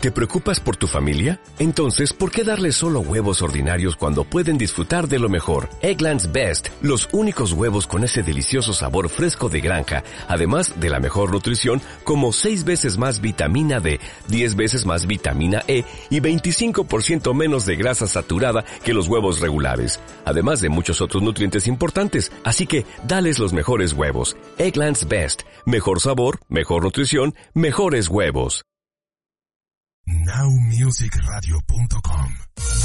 ¿Te preocupas por tu familia? Entonces, ¿por qué darles solo huevos ordinarios cuando pueden disfrutar de lo mejor? Eggland's Best, los únicos huevos con ese delicioso sabor fresco de granja, además de la mejor nutrición, como 6 veces más vitamina D, 10 veces más vitamina E y 25% menos de grasa saturada que los huevos regulares, además de muchos otros nutrientes importantes. Así que, dales los mejores huevos. Eggland's Best, mejor sabor, mejor nutrición, mejores huevos. NowMusicRadio.com.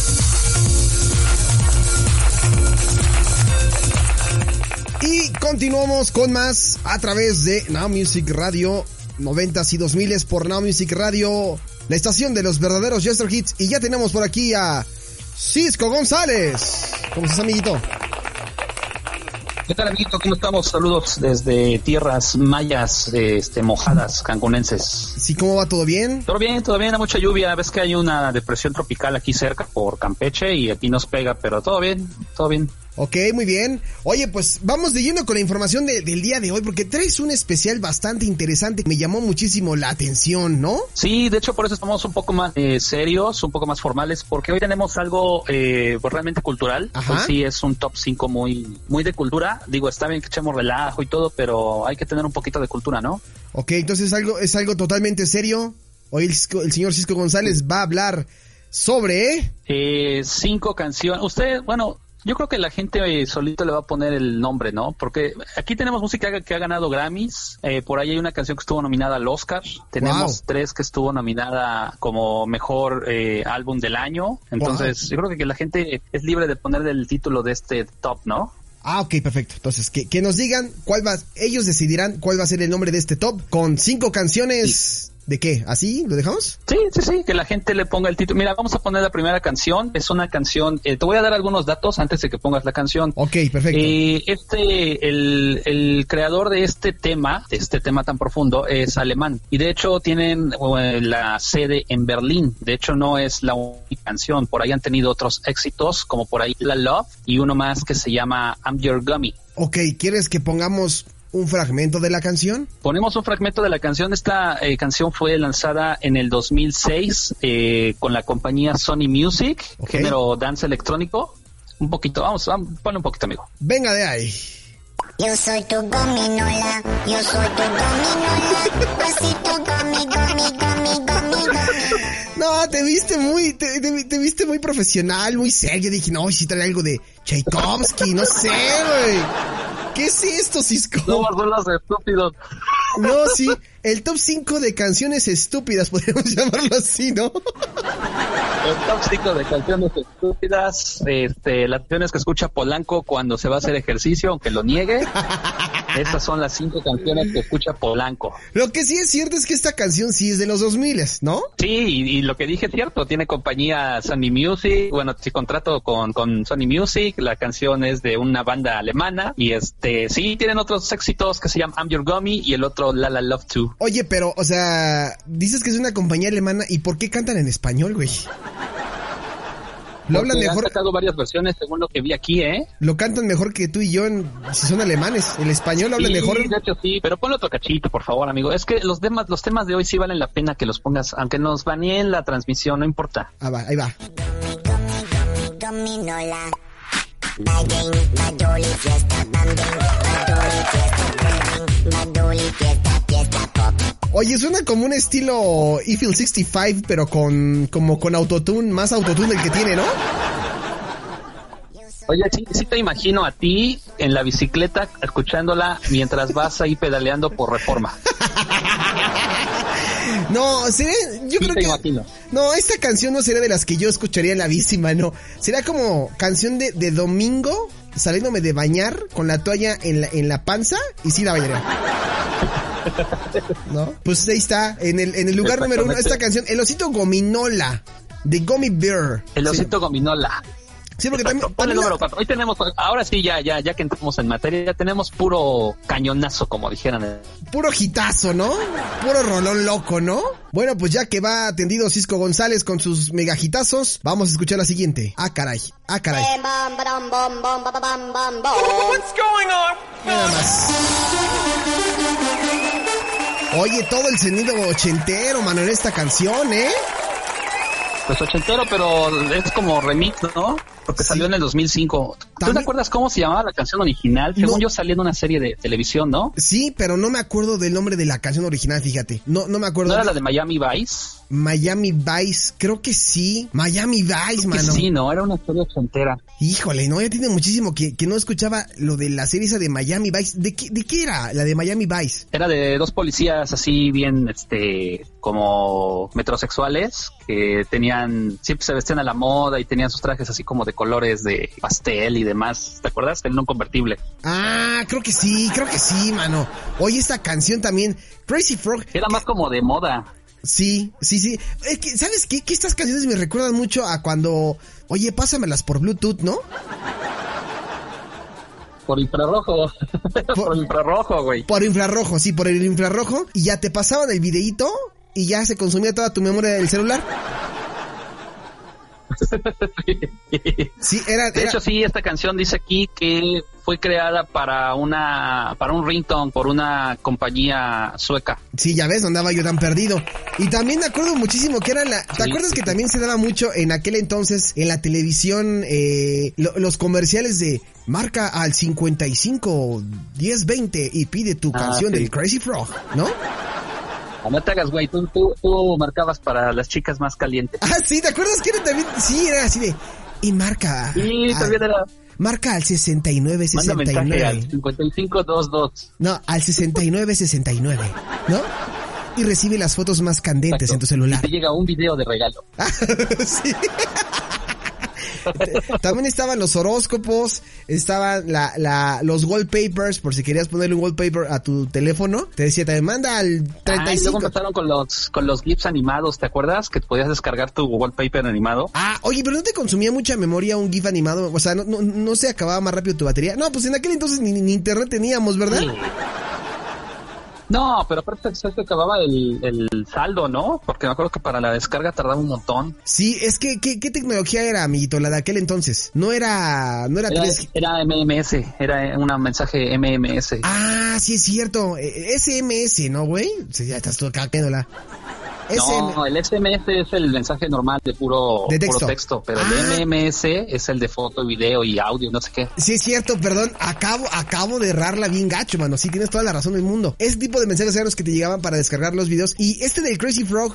Y continuamos con más a través de Now Music Radio 90s y 2000s por Now Music Radio, la estación de los verdaderos Yester Hits. Y ya tenemos por aquí a Cisco González. ¿Cómo estás, amiguito? ¿Qué tal, amiguito? ¿Cómo estamos? Saludos desde tierras mayas, mojadas, cancunenses. Sí, ¿cómo va? ¿Todo bien? Todo bien, hay mucha lluvia. Ves que hay una depresión tropical aquí cerca por Campeche y aquí nos pega, pero todo bien, todo bien. Ok, muy bien. Oye, pues vamos de lleno con la información del día de hoy, porque traes un especial bastante interesante que me llamó muchísimo la atención, ¿no? Sí, de hecho por eso estamos un poco más serios, un poco más formales, porque hoy tenemos algo pues realmente cultural. Ajá. Hoy sí es un top 5 muy de cultura. Digo, está bien que echemos relajo y todo, pero hay que tener un poquito de cultura, ¿no? Ok, entonces es algo totalmente serio. Hoy el señor Cisco González va a hablar sobre... 5 canciones. Usted, bueno... Yo creo que la gente solito le va a poner el nombre, ¿no? Porque aquí tenemos música que ha ganado Grammys. Por ahí hay una canción que estuvo nominada al Oscar. Tenemos 3 que estuvo nominada como mejor álbum del año. Entonces, yo creo que la gente es libre de ponerle el título de este top, ¿no? Ah, ok, perfecto. Entonces, que nos digan ellos decidirán cuál va a ser el nombre de este top con 5 canciones. Sí. ¿De qué? ¿Así? ¿Lo dejamos? Sí, que la gente le ponga el título. Mira, vamos a poner la primera canción. Es una canción, te voy a dar algunos datos antes de que pongas la canción. Ok, perfecto. El creador de este tema tan profundo, es alemán. Y de hecho tienen la sede en Berlín. De hecho no es la única canción. Por ahí han tenido otros éxitos, como por ahí La Love y uno más que se llama I'm Your Gummy. Ok, ¿quieres que pongamos un fragmento de la canción? Ponemos un fragmento de la canción. Esta canción fue lanzada en el 2006 con la compañía Sony Music, género dance electrónico. Un poquito, vamos, ponle un poquito, amigo. Venga de ahí. Yo soy tu gominola, yo soy tu gominola, así tu gomi. No, te viste muy profesional, muy serio. Dije, no, si trae algo de Tchaikovsky, no sé, güey. ¿Qué es esto, Cisco? No, los estúpidos. No, sí, el top 5 de canciones estúpidas, podríamos llamarlo así, ¿no? El top 5 de canciones estúpidas, las canciones que escucha Polanco cuando se va a hacer ejercicio, aunque lo niegue. Estas son las 5 canciones que escucha Polanco. Lo que sí es cierto es que esta canción sí es de los 2000, ¿no? Sí, y lo que dije es cierto, tiene compañía Sony Music, bueno, sí contrato con Sony Music, la canción es de una banda alemana, y sí, tienen otros éxitos que se llaman I'm Your Gummy y el otro La La Love Too. Oye, pero, o sea, dices que es una compañía alemana, ¿y por qué cantan en español, güey? Lo hablan mejor. Han sacado varias versiones según lo que vi aquí, ¿eh? Lo cantan mejor que tú y yo si son alemanes. El español lo hablan mejor. Sí, de hecho sí, pero ponlo otro cachito, por favor, amigo. Es que los temas de hoy sí valen la pena que los pongas, aunque nos baneen la transmisión, no importa. Ah, va, ahí va. Oye, suena como un estilo Eiffel 65, pero con autotune, más autotune del que tiene, ¿no? Oye, sí te imagino a ti en la bicicleta escuchándola mientras vas ahí pedaleando por Reforma. No, yo creo que imagino. No, esta canción no sería de las que yo escucharía en la bici, mano. Sería como canción de domingo, saliéndome de bañar con la toalla en la panza, y sí la bailaría. ¿No? Pues ahí está, en el lugar número 1, esta canción, El Osito Gominola, de Gummy Bear. El Osito Gominola. Sí, porque también el número 4. Hoy tenemos, ahora sí, ya que entramos en materia, ya tenemos puro cañonazo, como dijeran. Puro hitazo, ¿no? Puro rolón loco, ¿no? Bueno, pues ya que va atendido Cisco González con sus megahitazos, vamos a escuchar la siguiente. Ah, caray. What's going on? Nada más. Oye, todo el sonido ochentero, mano, en esta canción, ¿eh? Pues ochentero, pero es como remix, ¿no? Porque salió en el 2005. ¿Tú te acuerdas cómo se llamaba la canción original? Según yo salía en una serie de televisión, ¿no? Sí, pero no me acuerdo del nombre de la canción original, fíjate. No me acuerdo. ¿No era la de Miami Vice? Miami Vice, creo que sí. Miami Vice, mano. Sí, no, era una serie ochentera. Híjole, no, ya tiene muchísimo que no escuchaba lo de la serie esa de Miami Vice. ¿De qué era la de Miami Vice? Era de dos policías así bien, como metrosexuales que siempre se vestían a la moda y tenían sus trajes así como de colores de pastel y demás. ¿Te acuerdas? En un convertible. Ah, creo que sí, mano. Oye, esta canción también, Crazy Frog. Era más como de moda. Sí. Es que, ¿sabes qué? Que estas canciones me recuerdan mucho a cuando, oye, pásamelas por Bluetooth, ¿no? Por infrarrojo. Por infrarrojo, güey. Por infrarrojo, sí, por el infrarrojo. Y ya te pasaban el videíto y ya se consumía toda tu memoria del celular. Sí, de hecho, sí, esta canción dice aquí que fue creada para un ringtone por una compañía sueca. Sí, ya ves, no andaba yo tan perdido. Y también me acuerdo muchísimo que era ¿te acuerdas que también se daba mucho en aquel entonces en la televisión los comerciales de marca al 55 10 20 y pide tu canción del Crazy Frog, ¿no? No te hagas, güey, tú marcabas para las chicas más calientes. Ah, sí, ¿te acuerdas que era también? Sí, era así de... Y marca... Sí, también era... Marca al 6969. Manda mensaje al 5522. No, al 6969, ¿no? Y recibe las fotos más candentes. Exacto. En tu celular. Y te llega un video de regalo. Sí. También estaban los horóscopos, estaban los wallpapers, por si querías ponerle un wallpaper a tu teléfono. Te decía, te manda al 35. Y luego empezaron con los GIFs animados, ¿te acuerdas? Que podías descargar tu wallpaper animado. Ah, oye, pero ¿no te consumía mucha memoria un GIF animado? O sea, ¿no se acababa más rápido tu batería? No, pues en aquel entonces ni internet teníamos, ¿verdad? Sí. No, pero aparte se acababa el saldo, ¿no? Porque me acuerdo que para la descarga tardaba un montón. Sí, es que ¿qué tecnología era, amiguito, la de aquel entonces? No era 3G. Era MMS, era un mensaje MMS. Ah, sí es cierto, SMS, ¿no, güey? Sí, ya estás todo cagándola. No, el SMS es el mensaje normal de puro texto, pero el MMS es el de foto, video y audio, no sé qué. Sí, es cierto, perdón, acabo de errarla bien gacho, mano. Sí, tienes toda la razón del mundo. Ese tipo de mensajes eran los que te llegaban para descargar los videos. Y del Crazy Frog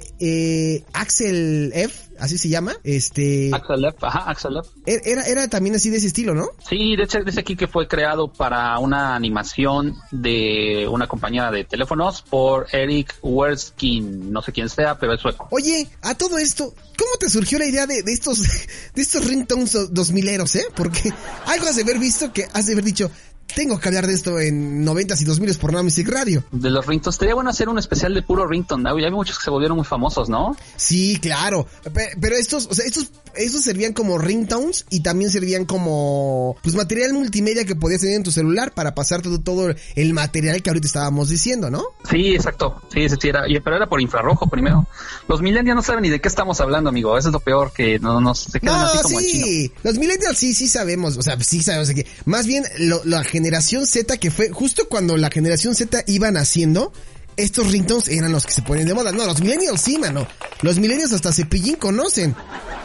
de Axel F, así se llama, Axel F. Era también así de ese estilo, ¿no? Sí, de hecho, dice aquí que fue creado para una animación de una compañía de teléfonos por Eric Werskin, no sé quién sea, pero es sueco. Oye, a todo esto, ¿cómo te surgió la idea de estos ringtones 2000eros, Porque algo has de haber visto que has de haber dicho... Tengo que hablar de esto en 90s y 2000s por Now Music Radio. De los ringtones. Sería bueno hacer un especial de puro ringtone, ¿no? Ya hay muchos que se volvieron muy famosos, ¿no? Sí, claro. Pero estos servían como ringtones y también servían como, pues, material multimedia que podías tener en tu celular para pasar todo el material que ahorita estábamos diciendo, ¿no? Sí, exacto. Sí, pero era por infrarrojo primero. Los millennials no saben ni de qué estamos hablando, amigo. Eso es lo peor, que no se quedan así como sí. Chino. Los millennials sí sabemos. O sea, sí sabemos que más bien la generación Z, que fue justo cuando la generación Z iba naciendo, estos ringtones eran los que se ponen de moda. No, los millennials sí, mano. Los millennials hasta Cepillín conocen.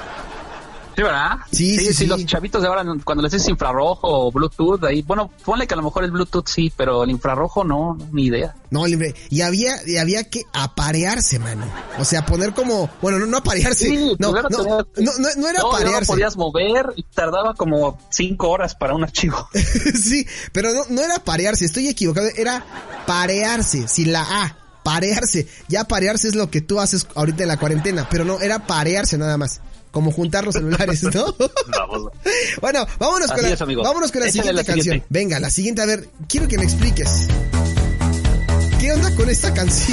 Sí, ¿verdad? Sí, los chavitos de ahora, cuando les dices infrarrojo o Bluetooth, ahí, bueno, ponle que a lo mejor el Bluetooth sí, pero el infrarrojo no, ni idea. No, y había que aparearse, mano. O sea, poner como, bueno, no aparearse. Sí, no era aparearse. No podías mover y tardaba como 5 horas para un archivo. Sí, pero no era aparearse, estoy equivocado, era parearse, sin la A. Parearse. Ya parearse es lo que tú haces ahorita en la cuarentena, pero no, era parearse nada más. Como juntar los celulares, ¿no? Vamos. Bueno, vámonos con la siguiente canción. Venga, la siguiente, a ver, quiero que me expliques. ¿Qué onda con esta canción?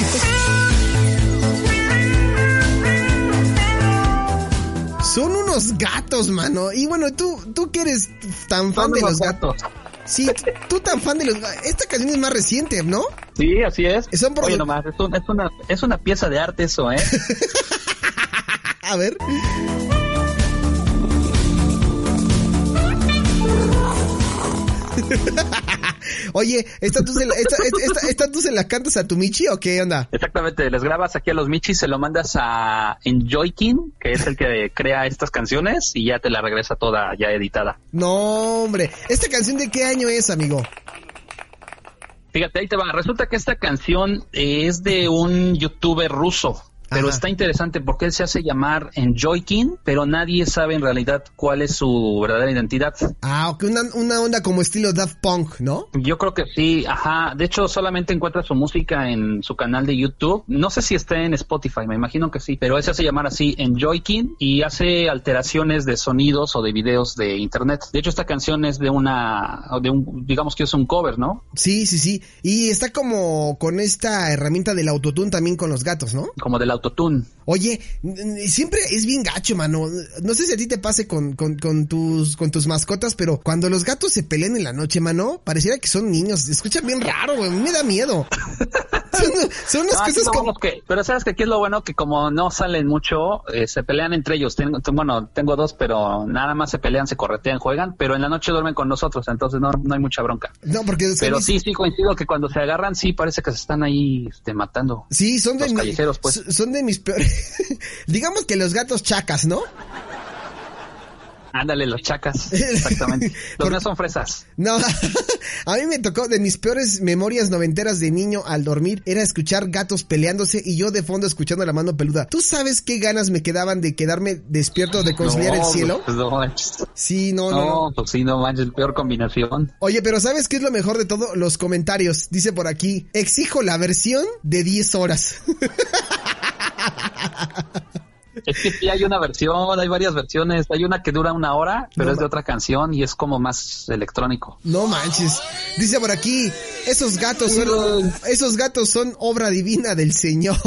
Son unos gatos, mano. Y bueno, tú que eres tan fan de los gatos. Sí, tú tan fan de los gatos. Esta canción es más reciente, ¿no? Sí, así es. Oye, nomás, es una pieza de arte eso, ¿eh? A ver. Oye, ¿esta tú se la cantas a tu Michi o qué onda? Exactamente, les grabas aquí a los Michis, se lo mandas a Enjoykin, que es el que crea estas canciones, y ya te la regresa toda ya editada. No, hombre, ¿esta canción de qué año es, amigo? Fíjate, ahí te va. Resulta que esta canción es de un youtuber ruso. Pero está interesante porque él se hace llamar Enjoykin, pero nadie sabe en realidad cuál es su verdadera identidad. Ah, ok, una onda como estilo Daft Punk, ¿no? Yo creo que sí, ajá. De hecho, solamente encuentra su música en su canal de YouTube. No sé si está en Spotify, me imagino que sí. Pero él se hace llamar así Enjoykin y hace alteraciones de sonidos o de videos de internet. De hecho, esta canción es de digamos que es un cover, ¿no? Sí. Y está como con esta herramienta del autotune también con los gatos, ¿no? Como del autotune. Oye, siempre es bien gacho, mano. No sé si a ti te pase con tus mascotas, pero cuando los gatos se pelean en la noche, mano, pareciera que son niños. Se escuchan bien raro, güey. Me da miedo. Son unas cosas como... Pero sabes que aquí es lo bueno, que como no salen mucho, se pelean entre ellos. Tengo dos, pero nada más se pelean, se corretean, juegan, pero en la noche duermen con nosotros, entonces no hay mucha bronca. No, porque... Pero sí coincido que cuando se agarran, sí parece que se están ahí matando. Sí, son de... Los callejeros, pues. Son de mis peores... Digamos que los gatos chacas, ¿no? Ándale, los chacas, exactamente. Los míos son fresas. No, a mí me tocó, de mis peores memorias noventeras de niño al dormir, era escuchar gatos peleándose y yo de fondo escuchando la mano peluda. ¿Tú sabes qué ganas me quedaban de quedarme despierto, de conciliar el cielo? Pues no manches. Sí, no. Pues sí, no manches, peor combinación. Oye, pero ¿sabes qué es lo mejor de todo? Los comentarios. Dice por aquí, exijo la versión de 10 horas. Es que sí hay una versión, hay varias versiones. Hay una que dura 1 hora, pero es de otra canción y es como más electrónico. No manches. Dice por aquí, esos gatos son obra divina del Señor.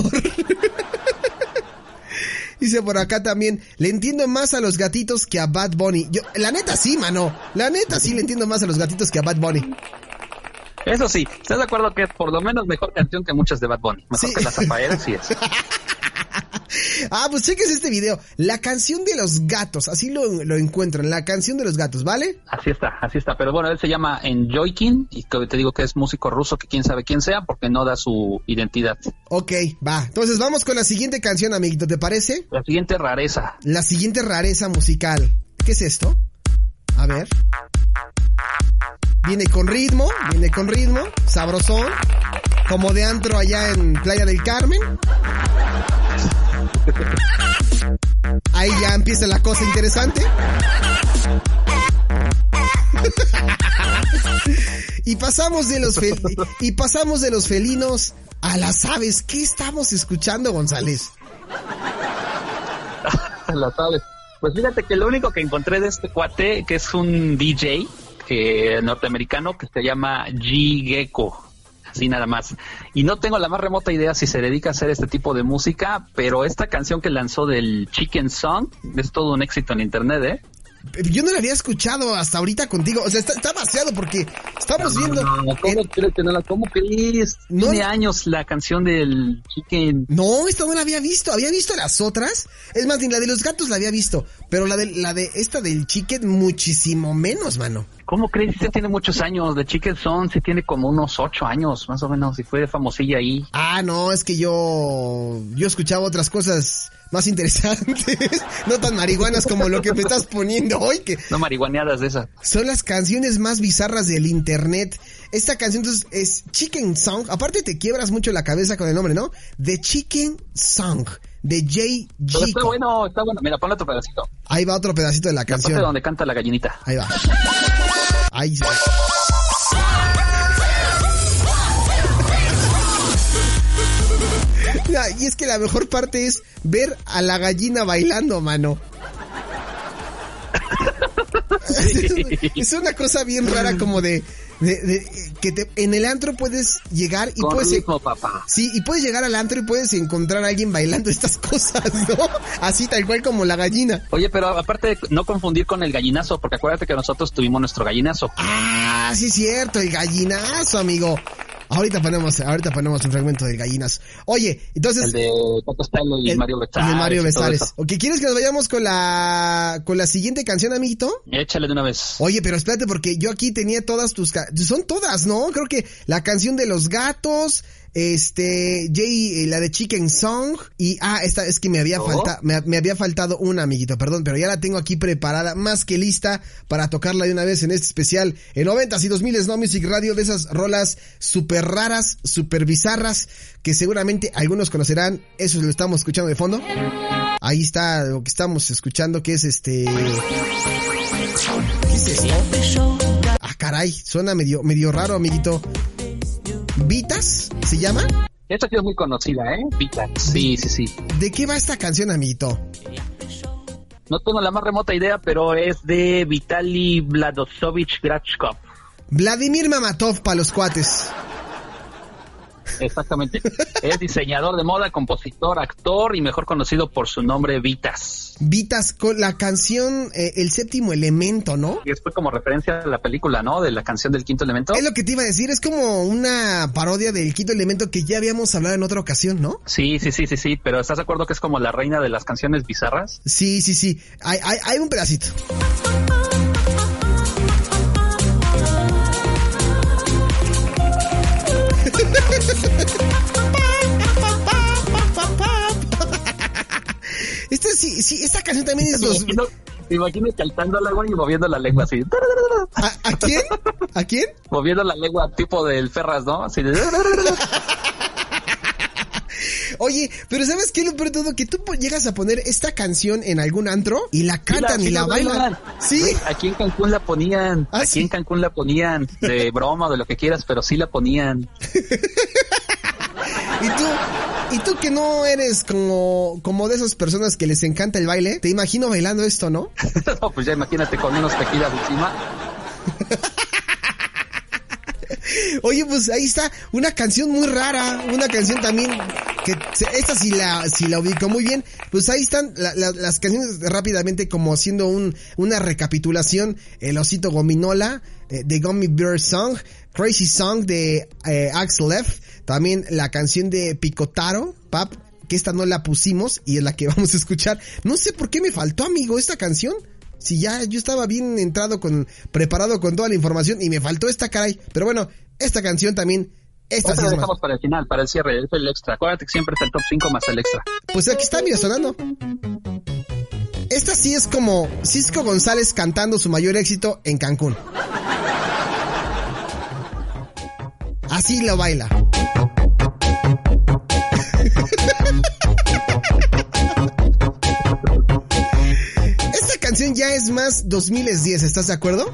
Dice por acá también, le entiendo más a los gatitos que a Bad Bunny. La neta sí, mano. La neta sí le entiendo más a los gatitos que a Bad Bunny. Eso sí, ¿estás de acuerdo que es por lo menos mejor canción que muchas de Bad Bunny? Mejor que las zapaeras, sí es. Ah, pues cheques este video. La canción de los gatos, así lo encuentran, la canción de los gatos, ¿vale? Así está. Pero bueno, él se llama Enjoykin y te digo que es músico ruso, que quién sabe quién sea, porque no da su identidad. Ok, va. Entonces vamos con la siguiente canción, amiguito, ¿te parece? La siguiente rareza. La siguiente rareza musical. ¿Qué es esto? A ver. Viene con ritmo, sabrosón, como de antro allá en Playa del Carmen. Ahí ya empieza la cosa interesante. Y pasamos de los felinos a las aves. ¿Qué estamos escuchando, González? Las aves. Pues fíjate que lo único que encontré de este cuate, que es un DJ norteamericano, que se llama G Gecko. Así nada más. Y no tengo la más remota idea si se dedica a hacer este tipo de música, pero esta canción que lanzó del Chicken Song es todo un éxito en internet, ¿eh? Yo no la había escuchado hasta ahorita contigo. O sea, está vaciado porque estamos viendo... ¿Cómo crees? Tiene años la canción del Chicken. No, esta no la había visto. Había visto las otras. Es más, ni la de los gatos la había visto. Pero la de esta del Chicken muchísimo menos, mano. ¿Cómo crees? Este tiene muchos años. De Chicken Song sí tiene como unos 8 años, más o menos. Y fue famosilla ahí. Ah, no, es que yo escuchaba otras cosas más interesantes, no tan marihuanas como lo que me estás poniendo hoy, que... No marihuaneadas de esas. Son las canciones más bizarras del internet. Esta canción entonces es Chicken Song, aparte te quiebras mucho la cabeza con el nombre, ¿no? The Chicken Song, de Jay Gecko. Está bueno, mira, ponle otro pedacito. Ahí va otro pedacito de la canción. La parte donde canta la gallinita. Ahí va. Ahí va. Y es que la mejor parte es ver a la gallina bailando, mano. Sí. Es una cosa bien rara como de que en el antro puedes llegar y con puedes ritmo, papá. Sí, y puedes llegar al antro y puedes encontrar a alguien bailando estas cosas, ¿no? Así tal cual como la gallina. Oye, pero aparte no confundir con el gallinazo, porque acuérdate que nosotros tuvimos nuestro gallinazo. Ah, sí es cierto, el gallinazo, amigo. Ahorita ponemos un fragmento de Gallinas. Oye, entonces... El de Paco Stylo y Mario Besares. El de Mario Besares. ¿O quieres que nos vayamos con la siguiente canción, amiguito? Échale de una vez. Oye, pero espérate, porque yo aquí tenía todas tus... Son todas, ¿no? Creo que la canción de los gatos... la de Chicken Song y esta es que me había faltado una, amiguito, perdón, pero ya la tengo aquí preparada, más que lista para tocarla de una vez en este especial en 90s y 2000s Now Music Radio, de esas rolas super raras, super bizarras que seguramente algunos conocerán. Eso lo estamos escuchando de fondo. Ahí está lo que estamos escuchando, que es ¿qué es esto? Ah, caray, suena medio raro, amiguito. ¿Vitas se llama? Esta ha sido muy conocida, Vitas. Sí. ¿De qué va esta canción, amiguito? No tengo la más remota idea, pero es de Vitaly Vladosovich Grachkov. Vladimir Mamatov para los cuates. Exactamente. Es diseñador de moda, compositor, actor y mejor conocido por su nombre Vitas. Vitas, con la canción El Séptimo Elemento, ¿no? Y fue como referencia a la película, ¿no? De la canción del Quinto Elemento. Es lo que te iba a decir, es como una parodia del Quinto Elemento que ya habíamos hablado en otra ocasión, ¿no? Sí, pero ¿estás de acuerdo que es como la reina de las canciones bizarras? Sí. Hay un pedacito. Esta canción también es Me imagino cantándola, güey, y moviendo la lengua así. ¿A quién? ¿A quién? Moviendo la lengua tipo del Ferraz, ¿no? Así de... Oye, pero ¿sabes qué? Lo peor de todo, que tú llegas a poner esta canción en algún antro y la cantan y la bailan. Sí. Güey, aquí en Cancún la ponían. En Cancún la ponían. De broma o de lo que quieras, pero sí la ponían. ¿Y tú que no eres como de esas personas que les encanta el baile? Te imagino bailando esto, ¿no? No, pues ya imagínate con unos tequilas encima. Oye, pues ahí está una canción muy rara, una canción también que esta sí la ubico muy bien. Pues ahí están las canciones rápidamente, como haciendo una recapitulación. El Osito Gominola, The Gummy Bear Song, Crazy Song de Axel F, también la canción de Picotaro, Pap, que esta no la pusimos y es la que vamos a escuchar. No sé por qué me faltó, amigo, esta canción. Si ya yo estaba bien preparado con toda la información y me faltó esta, caray. Pero bueno, esta canción también, esta sí la dejamos para el final, para el cierre, es el extra. Acuérdate que siempre es el top 5 más el extra. Pues aquí está, mira, sonando. Esta sí es como Cisco González cantando su mayor éxito en Cancún. Así lo baila. Esta canción ya es más 2010, ¿estás de acuerdo?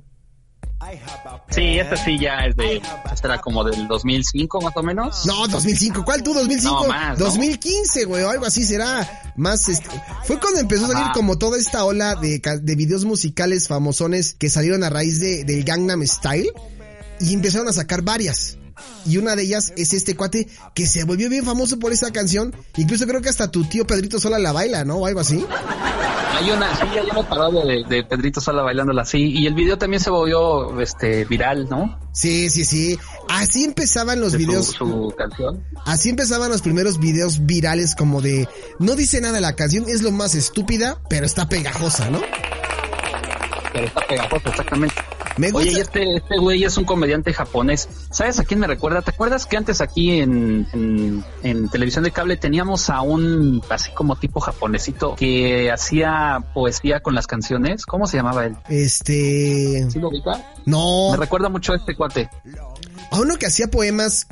Sí, esta sí ya es esta era como del 2005 más o menos. No, 2005, ¿cuál tú? 2005, no, más, 2015, güey, o algo así será. Más, fue cuando empezó a salir como toda esta ola de videos musicales famosones que salieron a raíz del Gangnam Style y empezaron a sacar varias. Y una de ellas es este cuate que se volvió bien famoso por esa canción. Incluso creo que hasta tu tío Pedrito Sola la baila, ¿no? O algo así. Hay una, sí, ya hemos parado de Pedrito Sola bailándola así. Y el video también se volvió viral, ¿no? Sí. Así empezaban los videos. Su canción. Así empezaban los primeros videos virales, como de no dice nada la canción, es lo más estúpida, pero está pegajosa, ¿no? Pero está pegajosa, exactamente. Me gusta. Oye, y este güey es un comediante japonés. ¿Sabes a quién me recuerda? ¿Te acuerdas que antes aquí en televisión de cable teníamos a un así como tipo japonesito que hacía poesía con las canciones? ¿Cómo se llamaba él? ¿Sí lo ubica? No. Me recuerda mucho a este cuate. A uno que hacía poemas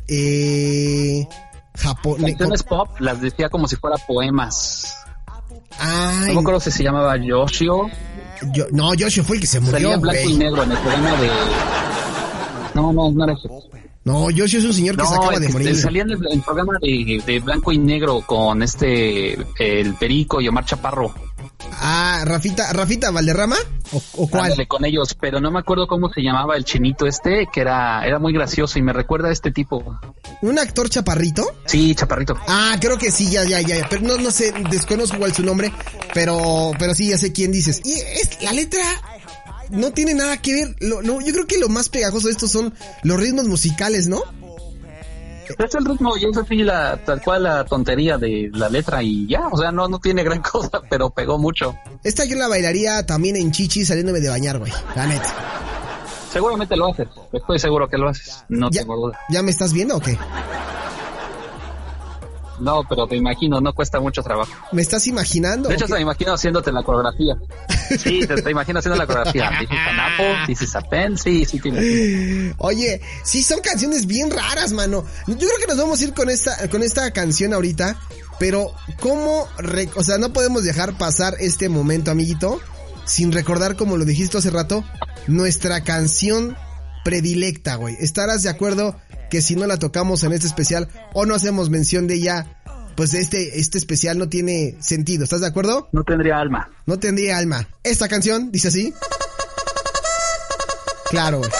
canciones pop, las decía como si fuera poemas. Ay. No me acuerdo si se llamaba Yoshio. Yoshio fue el que se murió. Salía en blanco y negro en el programa de... No era ese. No, Yoshio es un señor que se acaba de morir. Salía en el programa de blanco y negro con el Perico y Omar Chaparro. Ah, Rafita Valderrama o cuál. Ándale, con ellos, pero no me acuerdo cómo se llamaba el chinito que era muy gracioso y me recuerda a este tipo. ¿Un actor chaparrito? Sí, chaparrito. Ah, creo que sí, ya, pero no sé, desconozco igual su nombre, pero sí, ya sé quién dices. Y la letra no tiene nada que ver, yo creo que lo más pegajoso de estos son los ritmos musicales, ¿no? Es el ritmo y es así tal cual la tontería de la letra y ya, o sea, no tiene gran cosa, pero pegó mucho. Esta yo la bailaría también en chichi saliéndome de bañar, güey, la neta. Seguramente lo haces, estoy seguro que lo haces, no tengo duda. ¿Ya me estás viendo o qué? No, pero te imagino, no cuesta mucho trabajo. ¿Me estás imaginando? De hecho, te imagino haciéndote la coreografía. Sí, te imagino haciendo la coreografía. This is an apple, this is a pen, sí, te imagino. Oye, sí, son canciones bien raras, mano. Yo creo que nos vamos a ir con esta canción ahorita, pero o sea, no podemos dejar pasar este momento, amiguito, sin recordar, como lo dijiste hace rato, nuestra canción predilecta, güey. ¿Estarás de acuerdo que si no la tocamos en este especial o no hacemos mención de ella, pues este especial no tiene sentido? ¿Estás de acuerdo? No tendría alma. No tendría alma. Esta canción dice así. Claro, güey.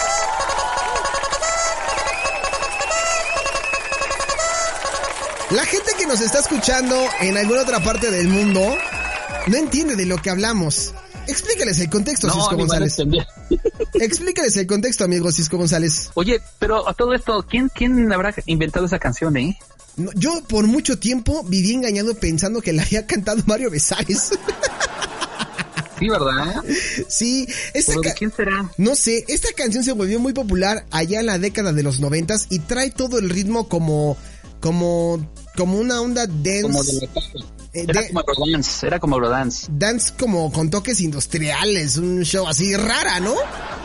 La gente que nos está escuchando en alguna otra parte del mundo no entiende de lo que hablamos. Explícales el contexto, Cisco González. Explícales el contexto, amigo Cisco González. Oye, pero a todo esto, ¿quién habrá inventado esa canción, No, yo por mucho tiempo viví engañado pensando que la había cantado Mario Besares. Sí, ¿verdad? Sí. ¿Pero de quién será? No sé, esta canción se volvió muy popular allá en la década de los 90s y trae todo el ritmo como una onda dance. Como de la era como Eurodance. Dance como con toques industriales, un show así rara, ¿no?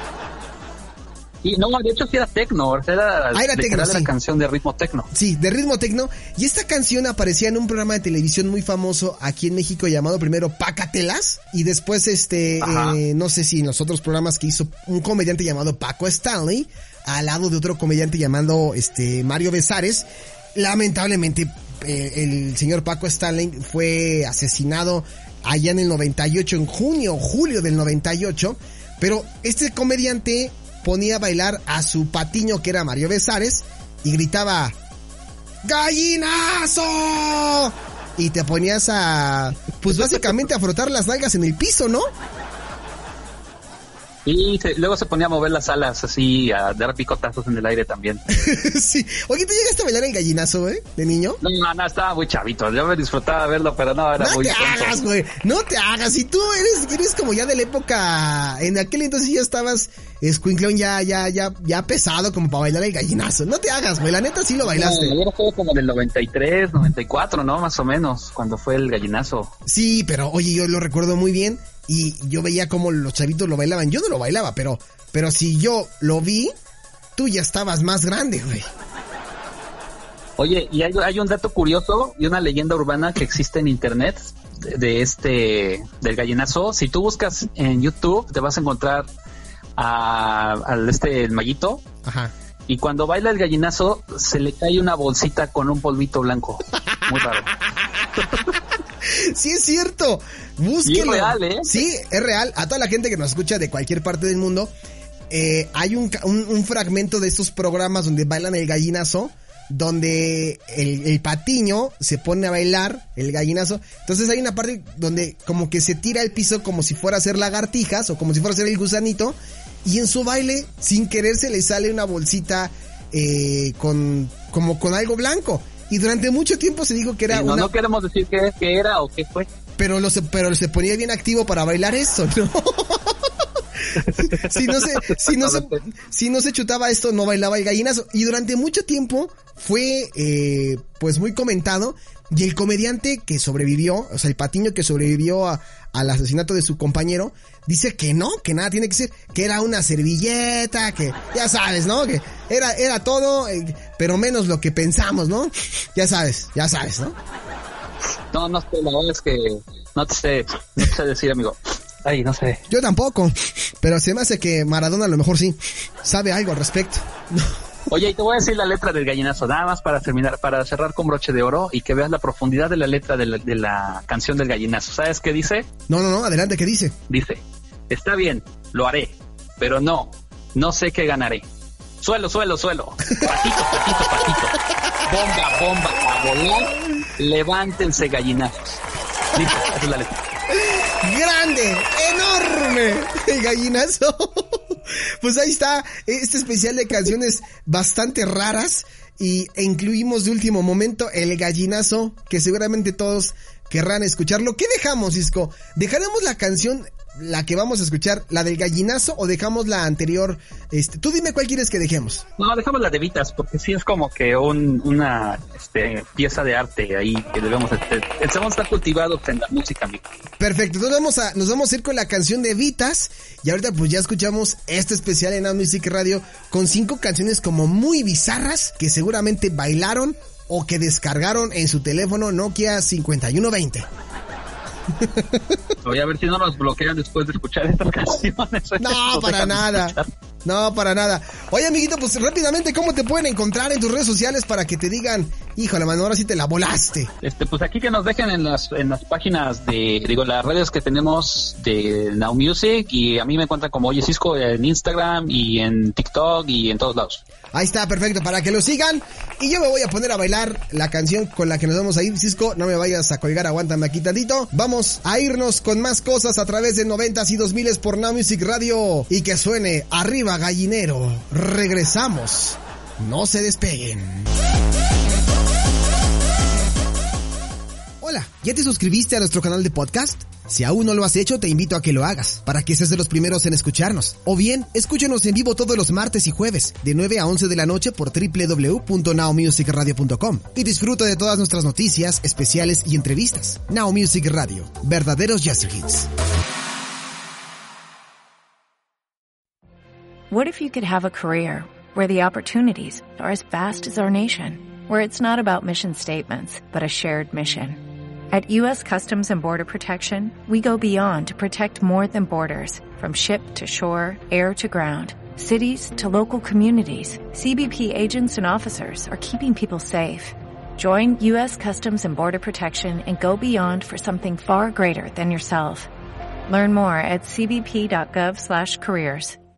Y no, de hecho sí era techno, era techno, sí. La canción de ritmo techno. Sí, de ritmo techno. Y esta canción aparecía en un programa de televisión muy famoso aquí en México llamado primero Pacatelas y después no sé si en los otros programas que hizo un comediante llamado Paco Stanley al lado de otro comediante llamado Mario Besares. Lamentablemente el señor Paco Stanley fue asesinado allá en el 98, en julio del 98, pero este comediante ponía a bailar a su patiño que era Mario Besares y gritaba ¡Gallinazo! Y te ponías pues básicamente a frotar las nalgas en el piso, ¿no? Y luego se ponía a mover las alas así, a dar picotazos en el aire también. Sí. Oye, ¿tú llegaste a bailar el gallinazo, de niño? No, estaba muy chavito. Yo me disfrutaba verlo, pero no, era muy... No te hagas, güey. No te hagas. Si tú eres como ya de la época... En aquel entonces ya estabas escuinclón ya pesado como para bailar el gallinazo. No te hagas, güey. La neta sí lo bailaste. No, yo fue como del 93, 94, ¿no? Más o menos, cuando fue el gallinazo. Sí, pero oye, yo lo recuerdo muy bien. Y yo veía cómo los chavitos lo bailaban. Yo no lo bailaba, pero si yo lo vi, tú ya estabas más grande, güey. Oye, y hay un dato curioso y una leyenda urbana que existe en internet del gallinazo. Si tú buscas en YouTube, te vas a encontrar el maguito. Ajá. Y cuando baila el gallinazo, se le cae una bolsita con un polvito blanco. Muy raro. Sí, es cierto. Búsquenlo. Y es real, Sí, es real. A toda la gente que nos escucha de cualquier parte del mundo, hay un fragmento de estos programas donde bailan el gallinazo, donde el patiño se pone a bailar el gallinazo. Entonces hay una parte donde como que se tira al piso como si fuera a hacer lagartijas o como si fuera a hacer el gusanito. Y en su baile, sin querer, se le sale una bolsita con algo blanco. Y durante mucho tiempo se dijo que era no queremos decir qué era o qué fue. Pero se ponía bien activo para bailar eso, ¿no? si no se chutaba esto, no bailaba el gallinazo. Y durante mucho tiempo fue pues muy comentado. Y el comediante que sobrevivió, o sea, el patiño que sobrevivió al asesinato de su compañero, dice que no, que nada tiene que ser, que era una servilleta, que ya sabes, ¿no? Que era todo, pero menos lo que pensamos, ¿no? Ya sabes, ¿no? No sé, la verdad es que no te sé decir, amigo. Ay, no sé. Yo tampoco, pero se me hace que Maradona a lo mejor sí sabe algo al respecto. Oye, y te voy a decir la letra del gallinazo, nada más para cerrar con broche de oro y que veas la profundidad de la letra de la canción del gallinazo. ¿Sabes qué dice? No, adelante, ¿qué dice? Dice, está bien, lo haré, pero no sé qué ganaré. Suelo, patito. Bomba, a volar, levántense gallinazos. Listo, esa es la letra. ¡Grande! ¡Enorme! El gallinazo. Pues ahí está este especial de canciones bastante raras. e incluimos de último momento el gallinazo, que seguramente todos querrán escucharlo. ¿Qué dejamos, Cisco? ¿Dejaremos la canción, la que vamos a escuchar, la del gallinazo, o dejamos la anterior? Tú dime cuál quieres que dejemos. No, dejamos la de Vitas, porque sí es como que una pieza de arte ahí que debemos estar cultivados en la música, amigo. Perfecto, entonces nos vamos a ir con la canción de Vitas, y ahorita pues ya escuchamos este especial en Now Music Radio con 5 canciones como muy bizarras que seguramente bailaron o que descargaron en su teléfono Nokia 5120. Voy a ver si no nos bloquean después de escuchar estas canciones. No, para nada. No, para nada. Oye, amiguito, pues rápidamente, ¿cómo te pueden encontrar en tus redes sociales para que te digan, híjole, mano, ahora sí te la volaste? Pues aquí que nos dejen en las páginas las redes que tenemos de Now Music, y a mí me encuentran como Oye Cisco en Instagram y en TikTok y en todos lados. Ahí está, perfecto, para que lo sigan. Y yo me voy a poner a bailar la canción con la que nos vamos a ir. Cisco, no me vayas a colgar, aguántame aquí tantito. Vamos a irnos con más cosas a través de 90s y 2000s por Now Music Radio. Y que suene Arriba Gallinero. Regresamos. No se despeguen. Hola, ¿ya te suscribiste a nuestro canal de podcast? Si aún no lo has hecho, te invito a que lo hagas, para que seas de los primeros en escucharnos. O bien, escúchanos en vivo todos los martes y jueves, de 9 a 11 de la noche por www.nowmusicradio.com. Y disfruta de todas nuestras noticias, especiales y entrevistas. Now Music Radio, verdaderos Yester Hits. What if you could have a career where the opportunities are as vast as our nation, where it's not about mission statements, but a shared mission? At U.S. Customs and Border Protection, we go beyond to protect more than borders. From ship to shore, air to ground, cities to local communities, CBP agents and officers are keeping people safe. Join U.S. Customs and Border Protection and go beyond for something far greater than yourself. Learn more at cbp.gov/careers.